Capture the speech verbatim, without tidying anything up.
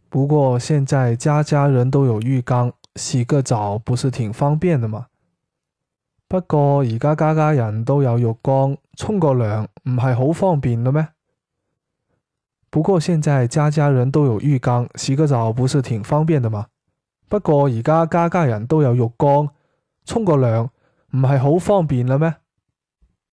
不過現在家家人都有浴缸，洗個澡不是挺方便的嘛？不過而家家家人都有浴缸，沖個涼唔係好方便嘅咩？不過現在家家人都有浴缸，洗個澡不是挺方便的嘛？不過而家家家人都有浴缸，沖個涼唔係好方便啦咩？